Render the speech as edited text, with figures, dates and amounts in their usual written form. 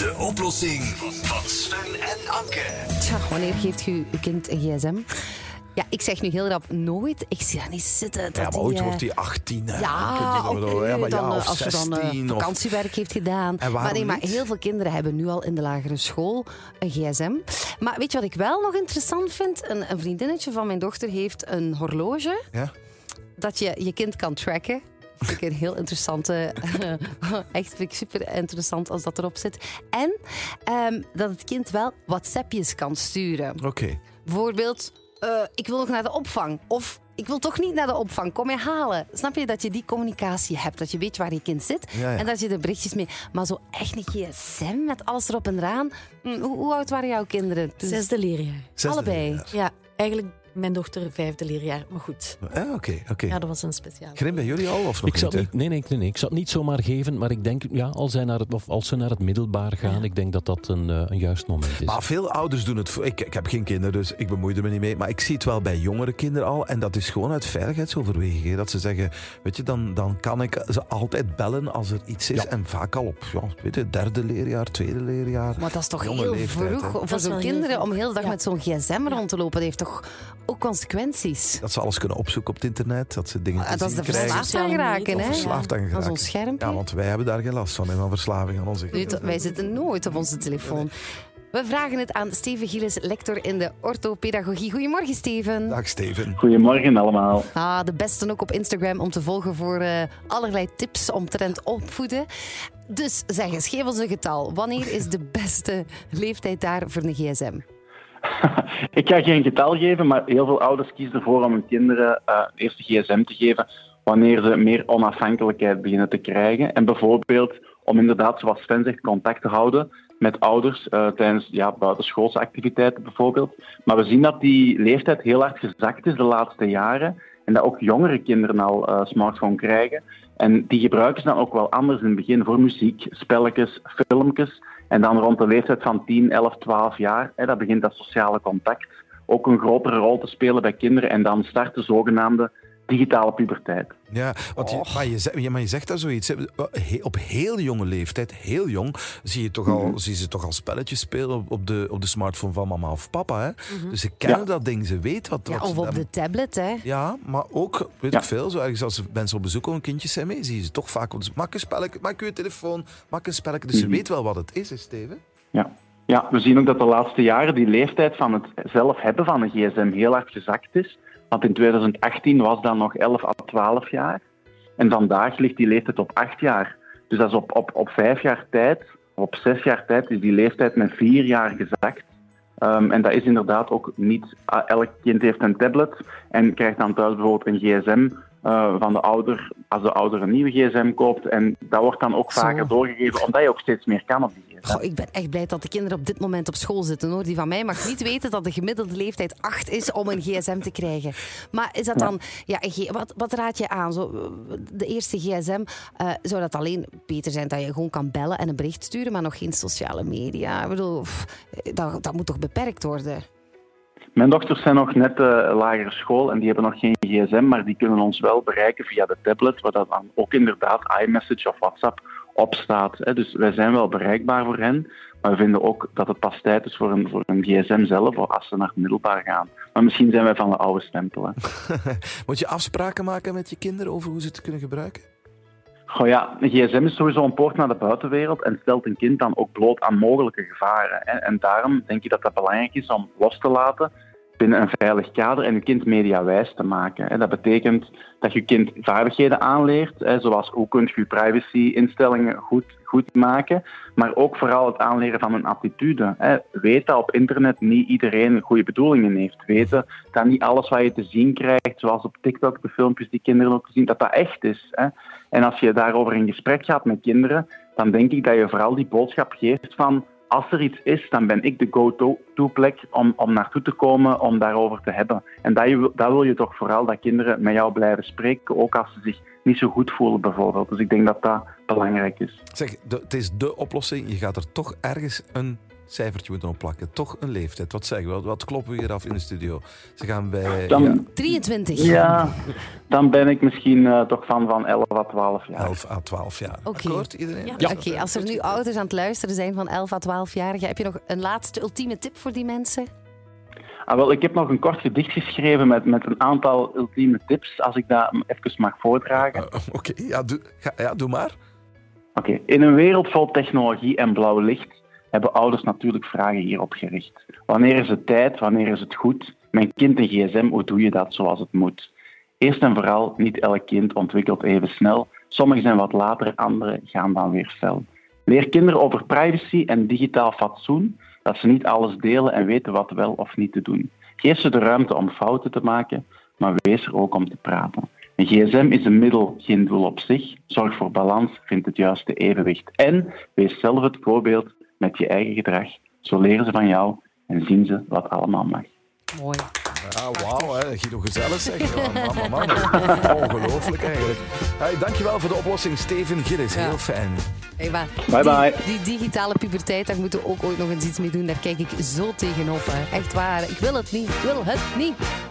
De oplossing van Sven en Anke. Tja, wanneer geeft u uw kind een gsm? Ja, ik zeg nu heel rap nooit. Ik zie dat niet zitten. Dat Ja, maar ooit wordt hij 18. Hè. Ja, Of als 16. je dan vakantiewerk heeft gedaan. Maar heel veel kinderen hebben nu al in de lagere school een gsm. Maar weet je wat ik wel nog interessant vind? Een vriendinnetje van mijn dochter heeft een horloge. Ja? Dat je kind kan tracken. Vind ik een heel interessante... echt vind ik super interessant als dat erop zit. En dat het kind wel WhatsAppjes kan sturen. Oké. Bijvoorbeeld, ik wil nog naar de opvang. Of ik wil toch niet naar de opvang, kom je halen. Snap je dat je die communicatie hebt? Dat je weet waar je kind zit en dat je er berichtjes mee... Maar zo echt een gsm met alles erop en eraan. Hoe oud waren jouw kinderen? Dus... 6e leerjaar. Allebei? Leerjaar. Ja, eigenlijk mijn dochter 5e leerjaar. Maar goed. Oké. Ja, dat was een speciaal. Grim, bij jullie al of nog niet? Nee, ik zou het niet zomaar geven, maar ik denk, ja, als ze naar het middelbaar gaan, ik denk dat dat een juist moment is. Maar veel ouders doen het... Ik heb geen kinderen, dus ik bemoei er me niet mee. Maar ik zie het wel bij jongere kinderen al. En dat is gewoon uit veiligheidsoverwegingen. Dat ze zeggen, weet je, dan kan ik ze altijd bellen als er iets is. Ja. En vaak al op, weet je, 3e leerjaar, 2e leerjaar. Maar dat is toch jonge heel leeftijd, vroeg voor zo'n kinderen om heel de dag met zo'n gsm rond te lopen. Dat heeft toch ook consequenties? Dat ze alles kunnen opzoeken op het internet. Dat ze dingen dat is de krijgen. verslaafd aan geraken, hè? Verslaafd aan geraken. Aan zo'n schermpje. Ja, want wij hebben daar geen last van verslaving aan onze kinderen. Wij zitten nooit op onze telefoon. We vragen het aan Steven Gilles, lector in de orthopedagogie. Goedemorgen, Steven. Dag, Steven. Goedemorgen allemaal. De beste ook op Instagram om te volgen voor allerlei tips omtrent opvoeden. Dus zeg eens, geef ons een getal. Wanneer is de beste leeftijd daar voor een gsm? Ik ga geen getal geven, maar heel veel ouders kiezen ervoor om hun kinderen eerst de gsm te geven wanneer ze meer onafhankelijkheid beginnen te krijgen. En bijvoorbeeld om inderdaad, zoals Sven zegt, contact te houden met ouders tijdens buitenschoolse activiteiten bijvoorbeeld. Maar we zien dat die leeftijd heel hard gezakt is de laatste jaren en dat ook jongere kinderen al smartphone krijgen. En die gebruiken ze dan ook wel anders in het begin voor muziek, spelletjes, filmpjes. En dan rond de leeftijd van 10, 11, 12 jaar, dat begint dat sociale contact ook een grotere rol te spelen bij kinderen. En dan start de zogenaamde digitale puberteit. Ja, maar je zegt daar zoiets. Op heel jonge leeftijd, heel jong, zie je ze toch al spelletjes spelen op de smartphone van mama of papa. Hè? Dus ze kennen dat ding, ze weten wat of op de tablet, hè? Ja, maar ook, weet ik veel, zo ergens als mensen op bezoek komen, kindjes zijn mee, zie je ze toch vaak op de... Maak een spelletje, maak je telefoon, maak een spelletje. Dus ze weet wel wat het is, hè, Steven? Ja, we zien ook dat de laatste jaren die leeftijd van het zelf hebben van een gsm heel hard gezakt is. Want in 2018 was dat nog 11 à 12 jaar. En vandaag ligt die leeftijd op 8 jaar. Dus dat is op 5 jaar tijd, op 6 jaar tijd, is die leeftijd met 4 jaar gezakt. En dat is inderdaad ook niet... elk kind heeft een tablet en krijgt dan thuis bijvoorbeeld een gsm van de ouder, als de ouder een nieuwe gsm koopt. En dat wordt dan ook vaker doorgegeven, omdat je ook steeds meer kan op die gsm. Goh, ik ben echt blij dat de kinderen op dit moment op school zitten, hoor. Die van mij mag niet weten dat de gemiddelde leeftijd 8 is om een gsm te krijgen. Maar is dat dan... Ja, wat raad je aan? De eerste gsm, zou dat alleen beter zijn dat je gewoon kan bellen en een bericht sturen, maar nog geen sociale media? Ik bedoel, dat moet toch beperkt worden? Mijn dochters zijn nog net lagere school en die hebben nog geen gsm, maar die kunnen ons wel bereiken via de tablet, waar dat dan ook inderdaad iMessage of WhatsApp op staat. Dus wij zijn wel bereikbaar voor hen, maar we vinden ook dat het pas tijd is voor een gsm zelf, als ze naar het middelbaar gaan. Maar misschien zijn wij van de oude stempel. Hè. Moet je afspraken maken met je kinderen over hoe ze het kunnen gebruiken? Goh ja, een gsm is sowieso een poort naar de buitenwereld en stelt een kind dan ook bloot aan mogelijke gevaren. En daarom denk ik dat het belangrijk is om los te laten binnen een veilig kader en je kind mediawijs te maken. Dat betekent dat je kind vaardigheden aanleert, zoals hoe kun je privacy-instellingen goed maken, maar ook vooral het aanleren van een attitude. Weet dat op internet niet iedereen goede bedoelingen heeft. Weten dat niet alles wat je te zien krijgt, zoals op TikTok, de filmpjes die kinderen ook zien, dat dat echt is. En als je daarover in gesprek gaat met kinderen, dan denk ik dat je vooral die boodschap geeft van als er iets is, dan ben ik de go-to-plek om naartoe te komen, om daarover te hebben. En dat wil je toch vooral, dat kinderen met jou blijven spreken, ook als ze zich niet zo goed voelen bijvoorbeeld. Dus ik denk dat dat belangrijk is. Zeg, het is de oplossing. Je gaat er toch ergens een cijfertje moeten opplakken. Toch een leeftijd. Wat zeggen we? Wat kloppen we hier af in de studio? Ze gaan bij... Dan, 23. ja, dan ben ik misschien toch van 11 à 12 jaar. 11 à 12 jaar. Oké. Akkoord, iedereen? Ja. Oké, als er nu ouders aan het luisteren zijn van 11 à 12-jarigen, heb je nog een laatste ultieme tip voor die mensen? Wel, ik heb nog een kort gedicht geschreven met een aantal ultieme tips, als ik dat even mag voordragen. Oké, doe maar. Oké. In een wereld vol technologie en blauw licht hebben ouders natuurlijk vragen hierop gericht. Wanneer is het tijd? Wanneer is het goed? Mijn kind een gsm, hoe doe je dat zoals het moet? Eerst en vooral, niet elk kind ontwikkelt even snel. Sommigen zijn wat later, anderen gaan dan weer fel. Leer kinderen over privacy en digitaal fatsoen, dat ze niet alles delen en weten wat wel of niet te doen. Geef ze de ruimte om fouten te maken, maar wees er ook om te praten. Een gsm is een middel, geen doel op zich. Zorg voor balans, vind het juiste evenwicht. En wees zelf het voorbeeld met je eigen gedrag. Zo leren ze van jou en zien ze wat allemaal mag. Mooi. Ja, wauw, hè. Guido gezellig zeg. Ja, man. Ongelooflijk eigenlijk. Hey, dankjewel voor de oplossing, Steven Gillis. Heel fijn. Hey, maar Bye bye. Die digitale puberteit, daar moeten we ook ooit nog eens iets mee doen. Daar kijk ik zo tegenop. Hè. Echt waar. Ik wil het niet. Ik wil het niet.